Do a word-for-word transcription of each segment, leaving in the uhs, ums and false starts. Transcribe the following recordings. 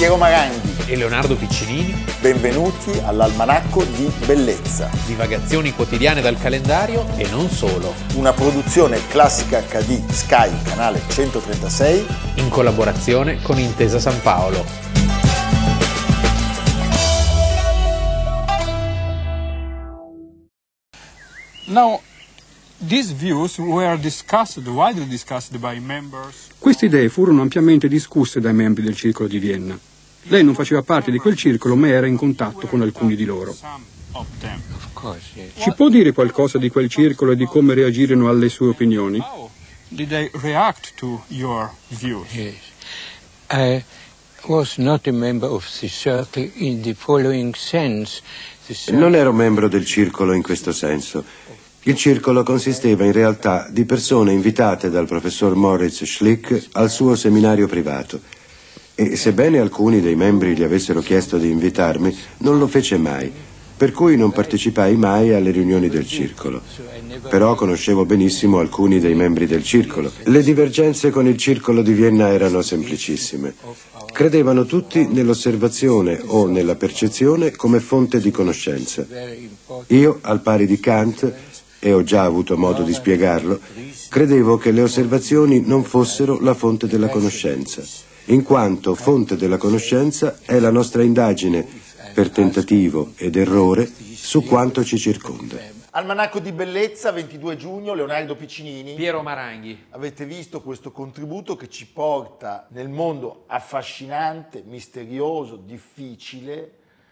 Piero Maranghi e Leonardo Piccinini. Benvenuti all'Almanacco di Bellezza. Divagazioni quotidiane dal calendario e non solo. Una produzione Classica acca di Sky, canale centotrentasei. In collaborazione con Intesa San Paolo. Now, these views were discussed, widely discussed by members. Queste idee furono ampiamente discusse dai membri del Circolo di Vienna. Lei non faceva parte di quel circolo, ma era in contatto con alcuni di loro. Ci può dire qualcosa di quel circolo e di come reagirono alle sue opinioni? How did they react to your views? Yes. I was not a member of the circle in the following sense. The circle... Non ero membro del circolo in questo senso. Il circolo consisteva in realtà di persone invitate dal professor Moritz Schlick al suo seminario privato. E sebbene alcuni dei membri gli avessero chiesto di invitarmi, non lo fece mai, per cui non partecipai mai alle riunioni del circolo. Però conoscevo benissimo alcuni dei membri del circolo. Le divergenze con il circolo di Vienna erano semplicissime. Credevano tutti nell'osservazione o nella percezione come fonte di conoscenza. Io, al pari di Kant, e ho già avuto modo di spiegarlo, credevo che le osservazioni non fossero la fonte della conoscenza, in quanto fonte della conoscenza è la nostra indagine, per tentativo ed errore, su quanto ci circonda. Almanacco di Bellezza, ventidue giugno, Leonardo Piccinini. Piero Maranghi. Avete visto questo contributo che ci porta nel mondo affascinante, misterioso, difficile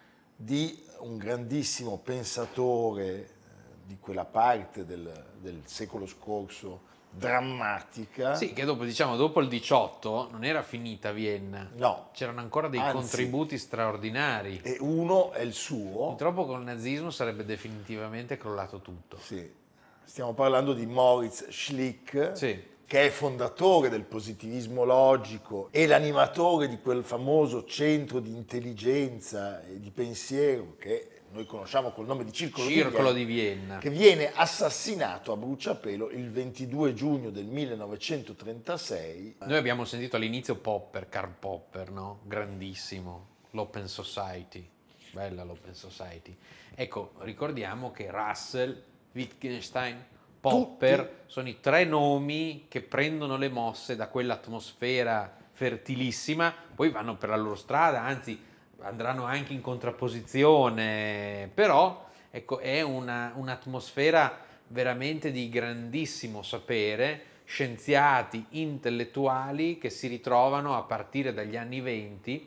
di un grandissimo pensatore di quella parte del, del secolo scorso drammatica. Sì, che dopo, diciamo, dopo il diciotto non era finita Vienna. No. C'erano ancora dei Anzi, contributi straordinari. E uno è il suo. Purtroppo col nazismo sarebbe definitivamente crollato tutto. Sì. Stiamo parlando di Moritz Schlick, sì, che è fondatore del positivismo logico e l'animatore di quel famoso centro di intelligenza e di pensiero che noi conosciamo col nome di Circolo, Circolo di, Vienna, di Vienna, che viene assassinato a bruciapelo il ventidue giugno del millenovecentotrentasei. Noi abbiamo sentito all'inizio Popper, Karl Popper, no? Grandissimo, l'Open Society, bella l'Open Society. Ecco, ricordiamo che Russell, Wittgenstein, Popper Tutti. sono i tre nomi che prendono le mosse da quell'atmosfera fertilissima, poi vanno per la loro strada, anzi andranno anche in contrapposizione, però ecco, è una, un'atmosfera veramente di grandissimo sapere, scienziati, intellettuali che si ritrovano a partire dagli anni venti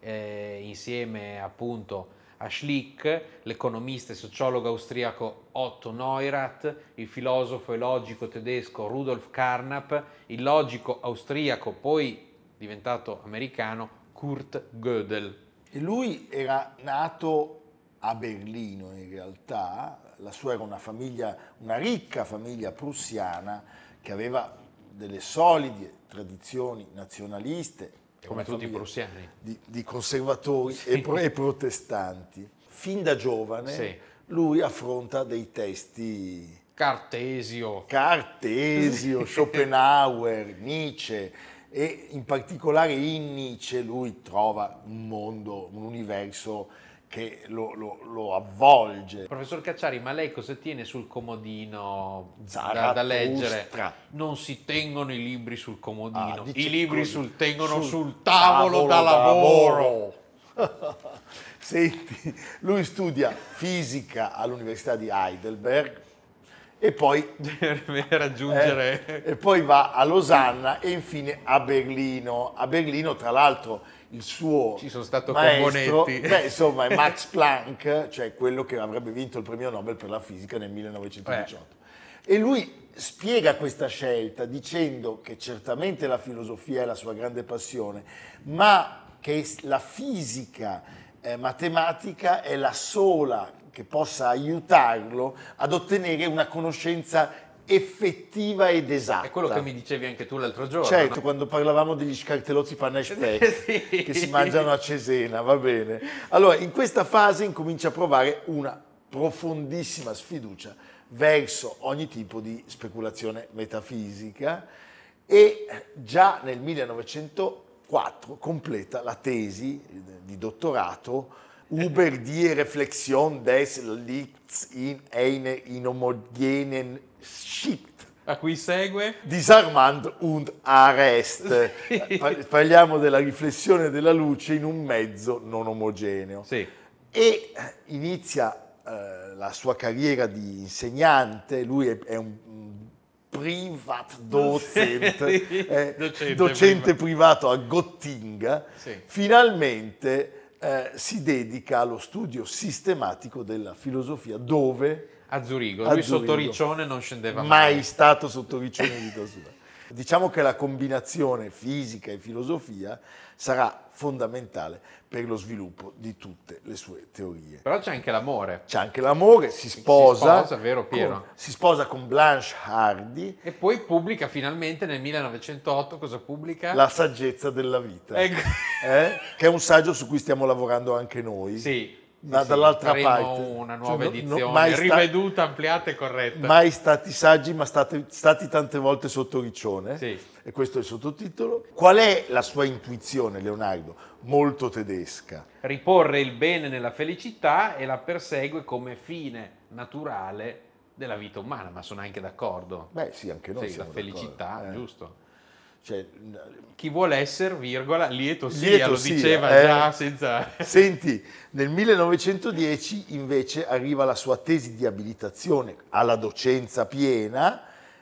eh, insieme appunto a Schlick, l'economista e sociologo austriaco Otto Neurath, il filosofo e logico tedesco Rudolf Carnap, il logico austriaco poi diventato americano Kurt Gödel. E lui era nato a Berlino in realtà, la sua era una famiglia, una ricca famiglia prussiana che aveva delle solide tradizioni nazionaliste, come tutti i prussiani, di, di conservatori sì. e, pro, e protestanti. Fin da giovane sì. lui affronta dei testi Cartesio, Cartesio, Schopenhauer, Nietzsche, e in particolare in Nietzsche lui trova un mondo, un universo che lo, lo, lo avvolge. Professor Cacciari, ma lei cosa tiene sul comodino da, da leggere? Non si tengono i libri sul comodino, ah, i libri così, sul, tengono sul, sul tavolo, tavolo da lavoro. lavoro. Senti, lui studia fisica all'Università di Heidelberg e poi deve raggiungere eh, e poi va a Losanna e infine a Berlino. A Berlino, tra l'altro, il suo ci sono stato maestro, Combonetti. beh, insomma, è Max Planck, cioè quello che avrebbe vinto il premio Nobel per la fisica nel millenovecentodiciotto. Eh. E lui spiega questa scelta dicendo che certamente la filosofia è la sua grande passione, ma che la fisica eh, matematica è la sola che possa aiutarlo ad ottenere una conoscenza effettiva ed esatta. È quello che mi dicevi anche tu l'altro giorno. Certo, no? Quando parlavamo degli scartellozzi panna e speck sì. che si mangiano a Cesena, va bene. Allora, in questa fase incomincia a provare una profondissima sfiducia verso ogni tipo di speculazione metafisica e già nel millenovecento quattro completa la tesi di dottorato über die Reflexion des Lichts in eine inhomogenen Schicht. A cui segue? Disarmand und Arrest. Parliamo della riflessione della luce in un mezzo non omogeneo. Sì. E inizia eh, la sua carriera di insegnante, lui è, è un privat docente, Sì, eh, docente, docente privato a Gottinga, Sì. finalmente eh, si dedica allo studio sistematico della filosofia, dove... A Zurigo, A lui Zurigo. sotto Riccione non scendeva mai. mai stato sotto Riccione in vita sua. Diciamo che la combinazione fisica e filosofia sarà fondamentale per lo sviluppo di tutte le sue teorie. Però c'è anche l'amore. C'è anche l'amore, si sposa, Si sposa, vero Piero? Con, si sposa con Blanche Hardy, E poi pubblica finalmente nel millenovecentotto, cosa pubblica? La saggezza della vita, Ecco. eh? che è un saggio su cui stiamo lavorando anche noi. Sì. Ma sì, dall'altra faremo parte una nuova cioè, no- edizione, no- mai sta- riveduta, ampliata e corretta. mai stati saggi, ma stati, stati tante volte sotto Riccione. Sì. E questo è il sottotitolo. Qual è la sua intuizione, Leonardo? Molto tedesca. Riporre il bene nella felicità e la persegue come fine naturale della vita umana, ma sono anche d'accordo. Beh, sì, anche noi Sì, la siamo felicità, d'accordo, eh. giusto. Cioè, Chi vuole essere, virgola, lieto sia, lieto lo sia, diceva eh. già senza... Senti, nel millenovecentodieci invece arriva la sua tesi di abilitazione alla docenza piena,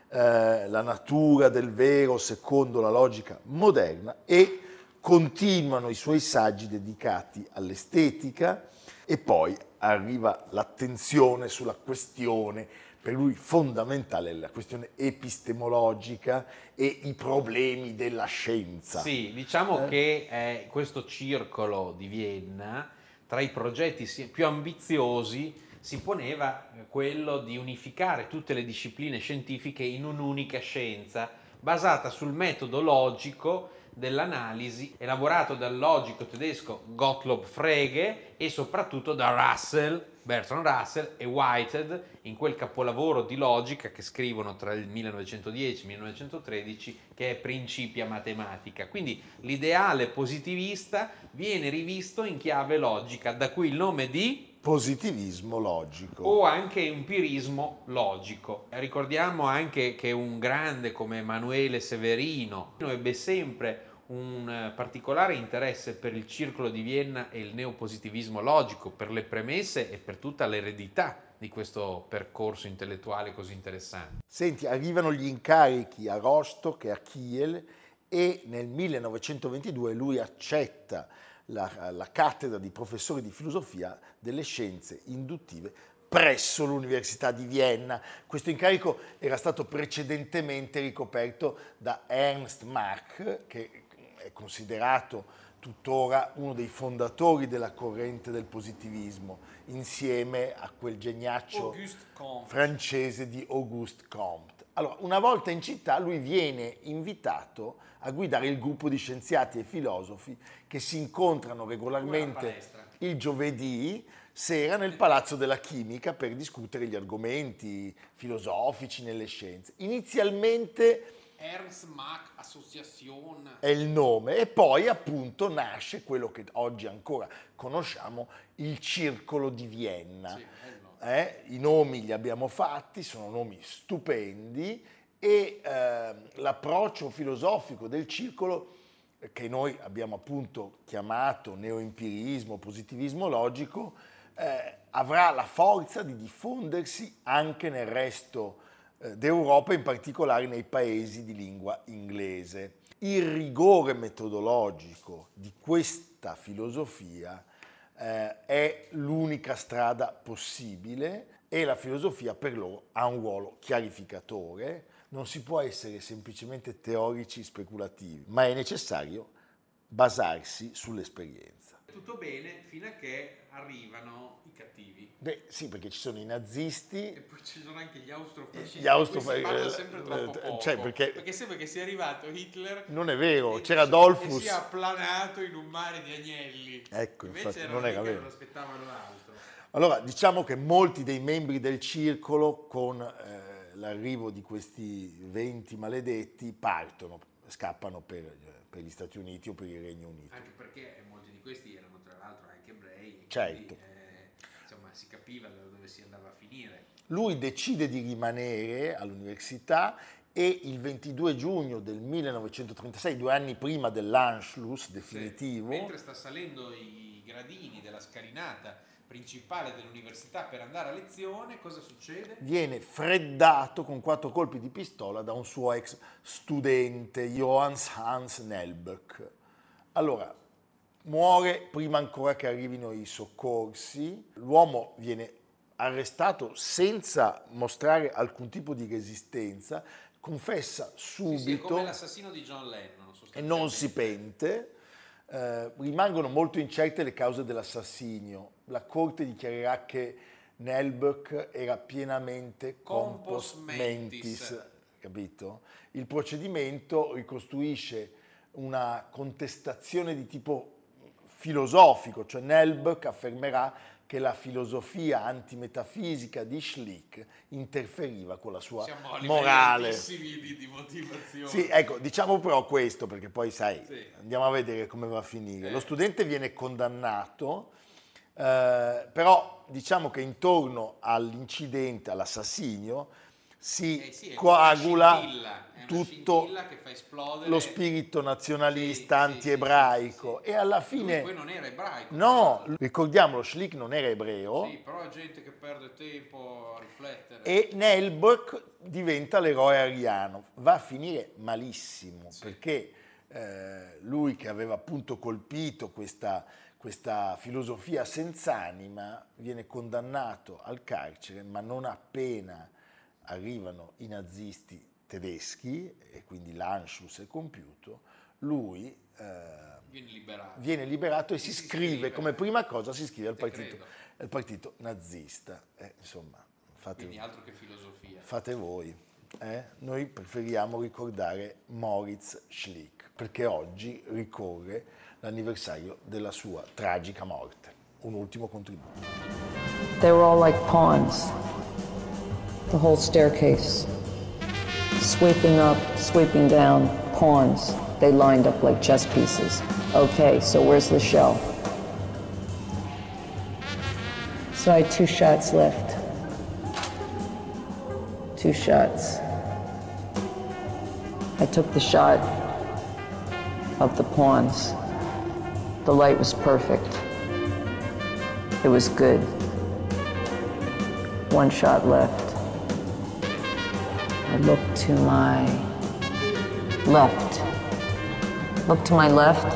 eh, la natura del vero secondo la logica moderna, e continuano i suoi saggi dedicati all'estetica, e poi arriva l'attenzione sulla questione per lui fondamentale, la questione epistemologica e i problemi della scienza. Sì, diciamo Eh. che eh, questo circolo di Vienna, tra i progetti si- più ambiziosi, si poneva eh, quello di unificare tutte le discipline scientifiche in un'unica scienza, basata sul metodo logico dell'analisi, elaborato dal logico tedesco Gottlob Frege e soprattutto da Russell, Bertrand Russell e Whitehead, in quel capolavoro di logica che scrivono tra il millenovecentodieci e il millenovecentotredici, che è Principia Mathematica. Quindi l'ideale positivista viene rivisto in chiave logica, da cui il nome di Positivismo logico. o anche empirismo logico. Ricordiamo anche che un grande come Emanuele Severino ebbe sempre un particolare interesse per il circolo di Vienna e il neopositivismo logico, per le premesse e per tutta l'eredità di questo percorso intellettuale così interessante. Senti, arrivano gli incarichi a Rostock e a Kiel, e nel millenovecentoventidue lui accetta la, la cattedra di professore di filosofia delle scienze induttive presso l'Università di Vienna. Questo incarico era stato precedentemente ricoperto da Ernst Mach, che è considerato tuttora uno dei fondatori della corrente del positivismo, insieme a quel geniaccio Auguste Comte. francese di Auguste Comte. Allora, una volta in città lui viene invitato a guidare il gruppo di scienziati e filosofi che si incontrano regolarmente il giovedì sera nel Palazzo della Chimica per discutere gli argomenti filosofici nelle scienze. Inizialmente Ernst Mach Association. è il nome, e poi appunto nasce quello che oggi ancora conosciamo, il Circolo di Vienna. Sì, è il nome. Eh, I nomi li abbiamo fatti, sono nomi stupendi, e eh, l'approccio filosofico del circolo, che noi abbiamo appunto chiamato neoempirismo, positivismo logico, eh, avrà la forza di diffondersi anche nel resto eh, d'Europa, in particolare nei paesi di lingua inglese. Il rigore metodologico di questa filosofia eh, è l'unica strada possibile, e la filosofia per loro ha un ruolo chiarificatore. Non si può essere semplicemente teorici speculativi, ma è necessario basarsi sull'esperienza. Tutto bene fino a che arrivano i cattivi. Beh, sì, perché ci sono i nazisti. E poi ci sono anche gli austrofascisti. Gli austro- di cui si parla eh, sempre eh, troppo eh, poco. cioè, perché- sembra che sia arrivato Hitler. Non è vero, e c'era si- Dollfuss. E sia planato in un mare di agnelli. Ecco, Invece infatti, erano non era lì che vero. non aspettavano altro. Allora, diciamo che molti dei membri del circolo, con eh, l'arrivo di questi venti maledetti, partono. scappano per, per gli Stati Uniti o per il Regno Unito. Anche perché molti di questi erano tra l'altro anche ebrei, e certo. quindi eh, insomma, si capiva da dove si andava a finire. Lui decide di rimanere all'università e il ventidue giugno del millenovecentotrentasei, due anni prima dell'Anschluss definitivo, sì, mentre sta salendo i gradini della scalinata principale dell'università per andare a lezione, cosa succede? Viene freddato con quattro colpi di pistola da un suo ex studente, Johannes Hans Nelböck. Allora, muore prima ancora che arrivino i soccorsi. L'uomo viene arrestato senza mostrare alcun tipo di resistenza, confessa subito, sì, sì, è come l'assassino di John Lennon, e non si pente. Eh, rimangono molto incerte le cause dell'assassinio. La corte dichiarerà che Nelböck era pienamente compos, compos mentis, mentis, capito? Il procedimento ricostruisce una contestazione di tipo filosofico, cioè Nelböck affermerà che la filosofia antimetafisica di Schlick interferiva con la sua Siamo a morale. Di, di motivazione. Sì, ecco, diciamo però questo, perché poi sai, sì. andiamo a vedere come va a finire. Eh. Lo studente viene condannato, eh, però diciamo che intorno all'incidente, all'assassinio, si eh sì, coagula scintilla, tutto che fa esplodere lo spirito nazionalista, sì, anti-ebraico, sì, sì, sì. e alla fine... Lui poi non era ebraico. No, ricordiamolo, Schlick non era ebreo. Sì, però è gente che perde tempo a riflettere. E Nelböck diventa l'eroe ariano. Va a finire malissimo, sì. perché eh, lui che aveva appunto colpito questa, questa filosofia senz'anima viene condannato al carcere, ma non appena arrivano i nazisti tedeschi e quindi l'Anschluss è compiuto, lui eh, viene liberato, viene liberato e si, si iscrive, scrive, come prima cosa si iscrive al partito, al partito nazista. Eh, insomma, fate, quindi altro che filosofia. Fate voi. Eh? Noi preferiamo ricordare Moritz Schlick, perché oggi ricorre l'anniversario della sua tragica morte. Un ultimo contributo. They were all like pawns. The whole staircase, sweeping up, sweeping down, pawns. They lined up like chess pieces. Okay, so where's the shell? So I had two shots left. Two shots. I took the shot of the pawns. The light was perfect. It was good. One shot left. I look to my left. Look to my left.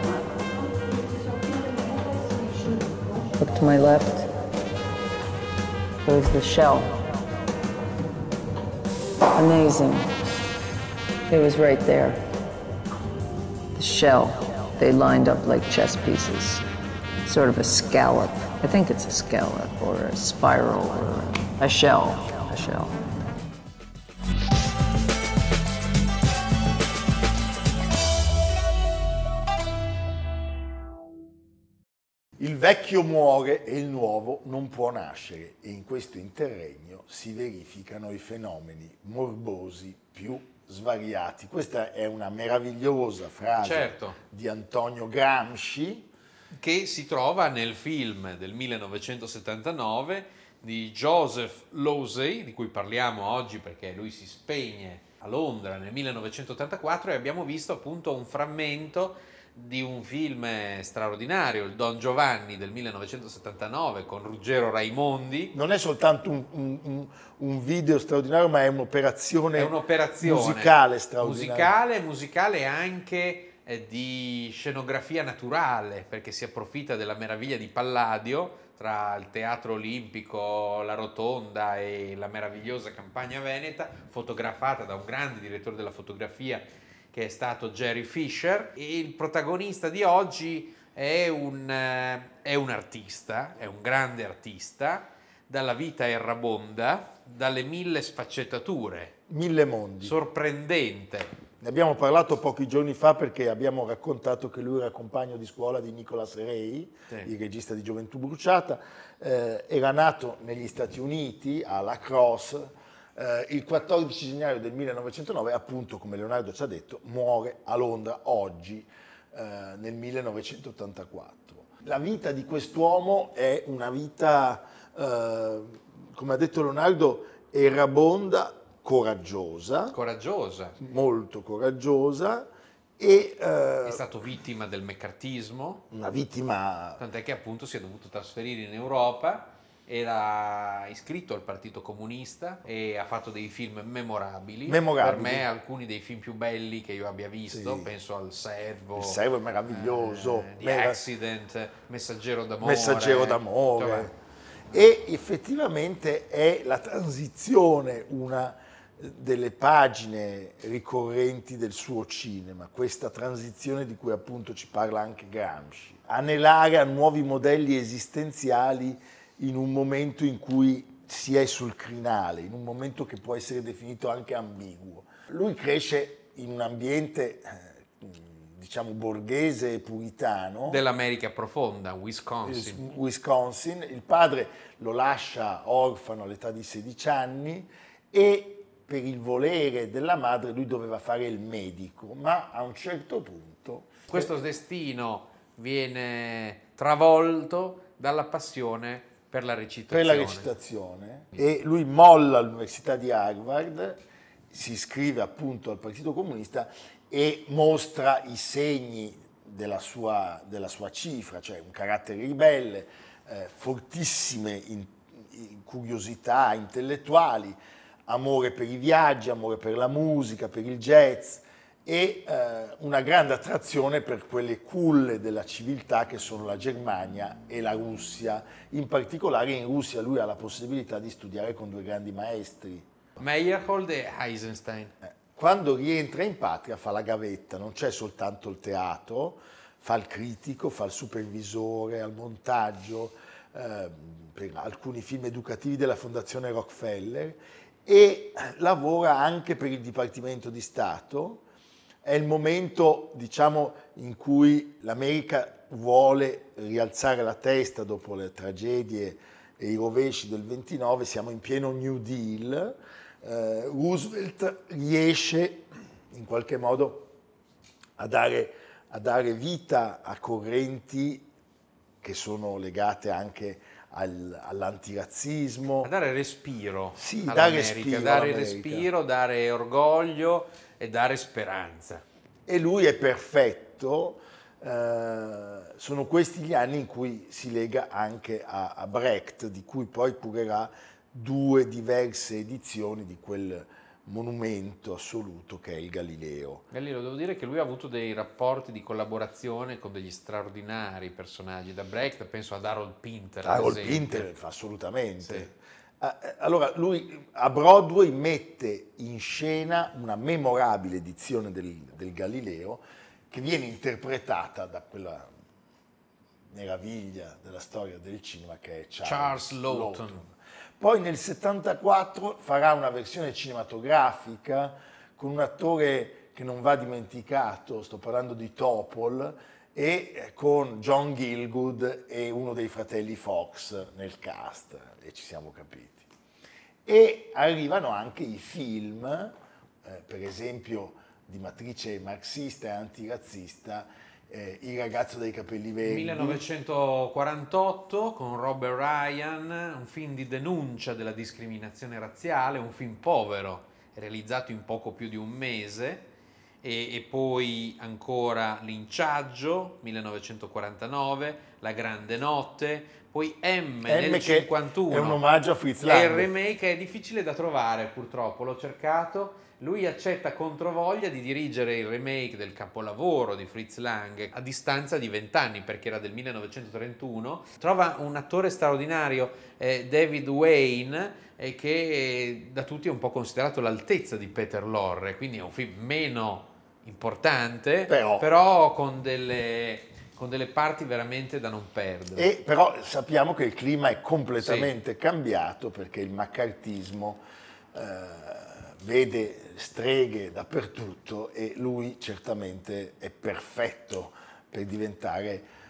Look to my left. There's the shell. Amazing. It was right there. The shell. They lined up like chess pieces. Sort of a scallop. I think it's a scallop or a spiral or a shell. A shell. Il vecchio muore e il nuovo non può nascere, e in questo interregno si verificano i fenomeni morbosi più svariati. Questa è una meravigliosa frase certo. di Antonio Gramsci, che si trova nel film del millenovecentosettantanove di Joseph Losey, di cui parliamo oggi perché lui si spegne a Londra nel millenovecentottantaquattro, e abbiamo visto appunto un frammento di un film straordinario, il Don Giovanni del millenovecentosettantanove con Ruggero Raimondi. Non è soltanto un, un, un video straordinario, ma è un'operazione, è un'operazione musicale straordinaria. Musicale, musicale anche eh, di scenografia naturale, perché si approfitta della meraviglia di Palladio tra il Teatro Olimpico, la Rotonda e la meravigliosa Campagna Veneta, fotografata da un grande direttore della fotografia che è stato Jerry Fisher. E il protagonista di oggi è un, è un artista, è un grande artista, dalla vita errabonda, dalle mille sfaccettature. Mille mondi. Sorprendente. Ne abbiamo parlato pochi giorni fa perché abbiamo raccontato che lui era compagno di scuola di Nicolas Ray, sì. il regista di Gioventù Bruciata. Eh, era nato negli Stati Uniti, a La Crosse, Eh, il quattordici gennaio del millenovecentonove, appunto, come Leonardo ci ha detto, muore a Londra oggi, eh, nel millenovecentottantaquattro. La vita di quest'uomo è una vita, eh, come ha detto Leonardo, errabonda, coraggiosa, Coraggiosa. molto coraggiosa, e È eh, stato vittima del meccartismo, una vittima. tant'è che appunto si è dovuto trasferire in Europa, era iscritto al Partito Comunista e ha fatto dei film memorabili. Memorabili. Per me alcuni dei film più belli che io abbia visto, Sì. penso al Servo, Il Servo è meraviglioso, eh, The Mera- Accident, Messaggero d'amore. Messaggero d'amore. Insomma, E effettivamente è la transizione una delle pagine ricorrenti del suo cinema, questa transizione di cui appunto ci parla anche Gramsci. Anelare a nuovi modelli esistenziali in un momento in cui si è sul crinale, in un momento che può essere definito anche ambiguo. Lui cresce in un ambiente, eh, diciamo, borghese e puritano. dell'America profonda, Wisconsin. Wisconsin. Il padre lo lascia orfano all'età di sedici anni e per il volere della madre lui doveva fare il medico, ma a un certo punto Questo destino viene travolto dalla passione per la recitazione. per la recitazione e lui molla l'università di Harvard, si iscrive appunto al Partito Comunista e mostra i segni della sua, della sua cifra, cioè un carattere ribelle, eh, fortissime in, in curiosità intellettuali, amore per i viaggi, amore per la musica, per il jazz e eh, una grande attrazione per quelle culle della civiltà che sono la Germania e la Russia. In particolare in Russia lui ha la possibilità di studiare con due grandi maestri. Meyerhold e Eisenstein. Quando rientra in patria fa la gavetta, non c'è soltanto il teatro, fa il critico, fa il supervisore al montaggio eh, per alcuni film educativi della Fondazione Rockefeller e lavora anche per il Dipartimento di Stato. È il momento, diciamo, in cui l'America vuole rialzare la testa dopo le tragedie e i rovesci del ventinove, siamo in pieno New Deal. Eh, Roosevelt riesce in qualche modo a dare, a dare vita a correnti che sono legate anche al, all'antirazzismo. A dare respiro Sì, all'America, dare respiro dare all'America. respiro, dare orgoglio e dare speranza. E lui è perfetto. Eh, sono questi gli anni in cui si lega anche a, a Brecht, di cui poi curerà due diverse edizioni di quel monumento assoluto che è il Galileo. Galileo, devo dire che lui ha avuto dei rapporti di collaborazione con degli straordinari personaggi, da Brecht penso ad Harold Pinter. ad Harold esempio. Pinter, assolutamente. Sì. Eh, Allora, lui a Broadway mette in scena una memorabile edizione del, del Galileo che viene interpretata da quella meraviglia della storia del cinema che è Charles, Charles Lawton. Poi nel settantaquattro farà una versione cinematografica con un attore che non va dimenticato, sto parlando di Topol, e con John Gielgud e uno dei fratelli Fox nel cast, e ci siamo capiti. E arrivano anche i film, eh, per esempio di matrice marxista e antirazzista, eh, Il ragazzo dai capelli verdi. millenovecentoquarantotto con Robert Ryan, un film di denuncia della discriminazione razziale, un film povero, realizzato in poco più di un mese, e, e poi ancora Linciaggio, millenovecentoquarantanove, La grande notte, poi M, M nel che cinquantuno. è un omaggio a Fritz E Lang. il remake è difficile da trovare, purtroppo, l'ho cercato. Lui accetta controvoglia di dirigere il remake del capolavoro di Fritz Lang a distanza di vent'anni, perché era del millenovecentotrentuno. Trova un attore straordinario, eh, David Wayne, eh, che da tutti è un po' considerato l'altezza di Peter Lorre, quindi è un film meno importante, Però- però con delle, con delle parti veramente da non perdere. E però sappiamo che il clima è completamente cambiato perché il maccartismo eh, vede streghe dappertutto e lui certamente è perfetto per diventare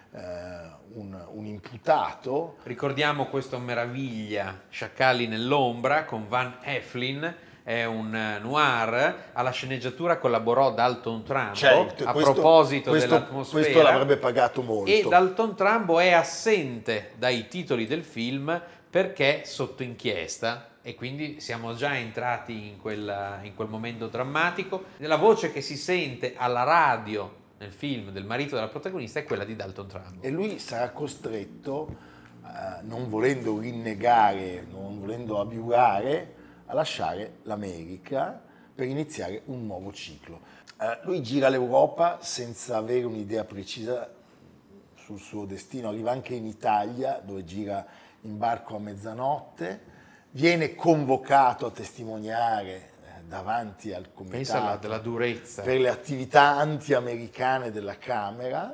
eh, un, un imputato. Ricordiamo questo meraviglia, Sciacalli nell'ombra, con Van Heflin, è un noir. Alla sceneggiatura collaborò Dalton Trumbo, certo, a questo, proposito questo, dell'atmosfera. Questo l'avrebbe pagato molto. E Dalton Trumbo è assente dai titoli del film perché sotto inchiesta, e quindi siamo già entrati in, quella, in quel momento drammatico. La voce che si sente alla radio nel film del marito della protagonista è quella di Dalton Trumbo. E lui sarà costretto, eh, non volendo rinnegare, non volendo abiurare, a lasciare l'America per iniziare un nuovo ciclo. Eh, lui gira l'Europa senza avere un'idea precisa sul suo destino, arriva anche in Italia dove gira in barco a mezzanotte, viene convocato a testimoniare eh, davanti al comitato. Pensa alla, della durezza. Per le attività anti-americane della Camera.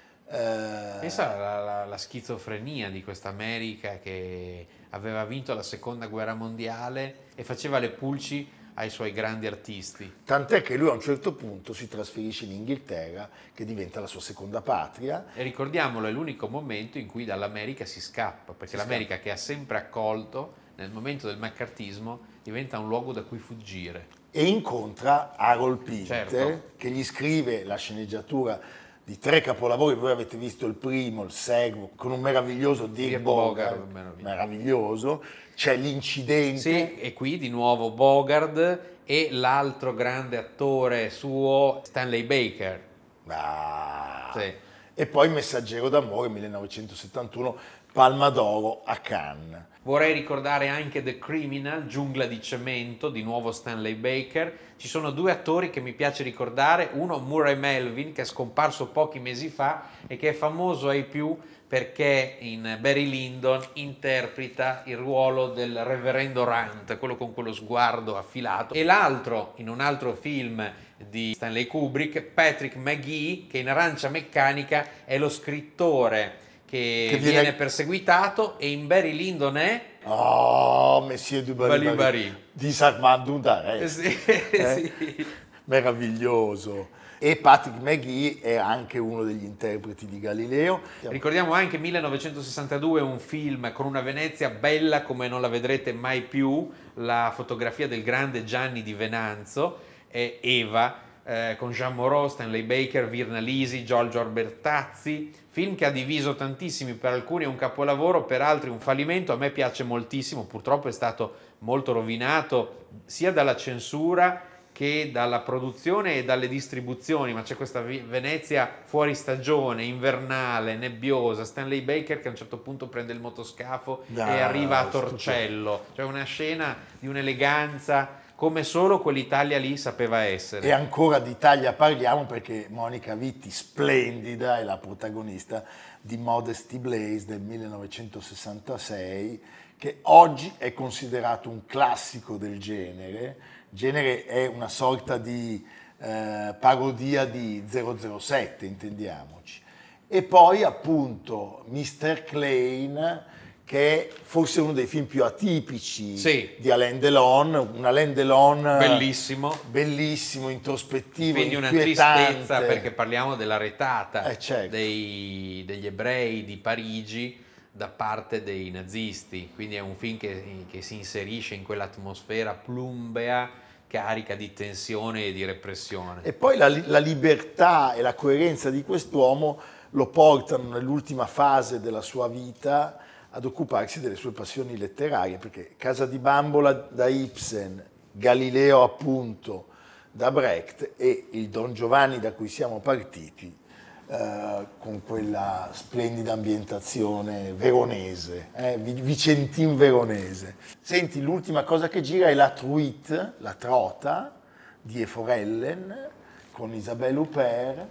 Eh, Pensa alla, alla, alla schizofrenia di questa America che aveva vinto la seconda guerra mondiale e faceva le pulci ai suoi grandi artisti. Tant'è che lui a un certo punto si trasferisce in Inghilterra, che diventa la sua seconda patria. E ricordiamolo, è l'unico momento in cui dall'America si scappa, perché Si l'America scappa. Che ha sempre accolto, nel momento del maccartismo, diventa un luogo da cui fuggire. E incontra Harold Pinter, certo. che gli scrive la sceneggiatura di tre capolavori. Voi avete visto il primo, il Seguo, con un meraviglioso Dirk, Dirk Bogarde, Bogarde, meraviglioso. meraviglioso. C'è L'incidente. Sì, e qui di nuovo Bogarde e l'altro grande attore suo, Stanley Baker. Ah. Sì. E poi Messaggero d'amore, millenovecentosettantuno, Palma d'Oro a Cannes. Vorrei ricordare anche The Criminal, Giungla di cemento, di nuovo Stanley Baker. Ci sono due attori che mi piace ricordare, uno Murray Melvin, che è scomparso pochi mesi fa e che è famoso ai più perché in Barry Lyndon interpreta il ruolo del reverendo Rant, quello con quello sguardo affilato, e l'altro, in un altro film di Stanley Kubrick, Patrick McGee, che in Arancia Meccanica è lo scrittore che, che viene... viene perseguitato, e in Barry Lyndon è... Oh, Monsieur du Barry, Barry, Barry. Di Salman Dunda, eh. Sì, eh? sì. Meraviglioso. E Patrick McGee è anche uno degli interpreti di Galileo. Ricordiamo anche millenovecentosessantadue, un film con una Venezia bella come non la vedrete mai più, la fotografia del grande Gianni di Venanzo, e Eva, eh, con Jean Moreau, Stanley Baker, Virna Lisi, Giorgio Albertazzi. Film che ha diviso tantissimi, per alcuni è un capolavoro, per altri un fallimento. A me piace moltissimo, purtroppo è stato molto rovinato sia dalla censura che dalla produzione e dalle distribuzioni, ma c'è questa Venezia fuori stagione, invernale, nebbiosa, Stanley Baker che a un certo punto prende il motoscafo Dai, e arriva a Torcello, cioè una scena di un'eleganza come solo quell'Italia lì sapeva essere. E ancora d'Italia parliamo perché Monica Vitti, splendida, è la protagonista di Modesty Blaise del millenovecentosessantasei, che oggi è considerato un classico del genere. Il genere è una sorta di eh, parodia di zero zero sette, intendiamoci. E poi appunto mister Klein, che è forse uno dei film più atipici sì. di Alain Delon, un Alain Delon bellissimo, bellissimo, introspettivo, quindi una inquietante. Tristezza, perché parliamo della retata eh, certo. dei, degli ebrei di Parigi da parte dei nazisti, quindi è un film che, che si inserisce in quell'atmosfera plumbea, carica di tensione e di repressione. E poi la, la libertà e la coerenza di quest'uomo lo portano nell'ultima fase della sua vita ad occuparsi delle sue passioni letterarie, perché Casa di Bambola da Ibsen, Galileo appunto da Brecht e il Don Giovanni da cui siamo partiti, eh, con quella splendida ambientazione veronese, eh, Vicentin veronese. Senti, l'ultima cosa che gira è La Truite, La Trota, di Eforellen, con Isabelle Huppert,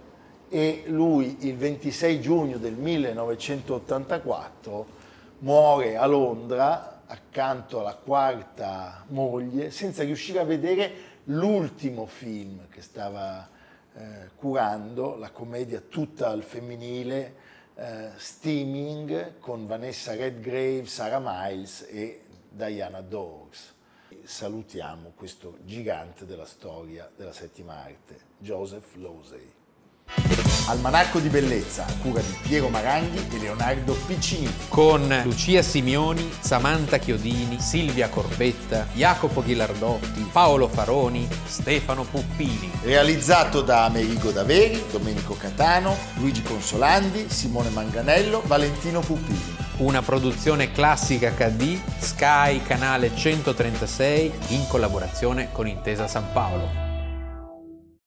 e lui il ventisei giugno del millenovecentottantaquattro muore a Londra accanto alla quarta moglie senza riuscire a vedere l'ultimo film che stava eh, curando, la commedia tutta al femminile, eh, Steaming, con Vanessa Redgrave, Sarah Miles e Diana Dawes. Salutiamo questo gigante della storia della settima arte, Joseph Losey. Almanacco di bellezza a cura di Piero Maranghi e Leonardo Piccinini. Con Lucia Simioni, Samantha Chiodini, Silvia Corbetta, Jacopo Ghilardotti, Paolo Faroni, Stefano Puppini. Realizzato da Amerigo Daveri, Domenico Catano, Luigi Consolandi, Simone Manganello, Valentino Puppini. Una produzione Classica acca di, Sky canale centotrentasei in collaborazione con Intesa San Paolo.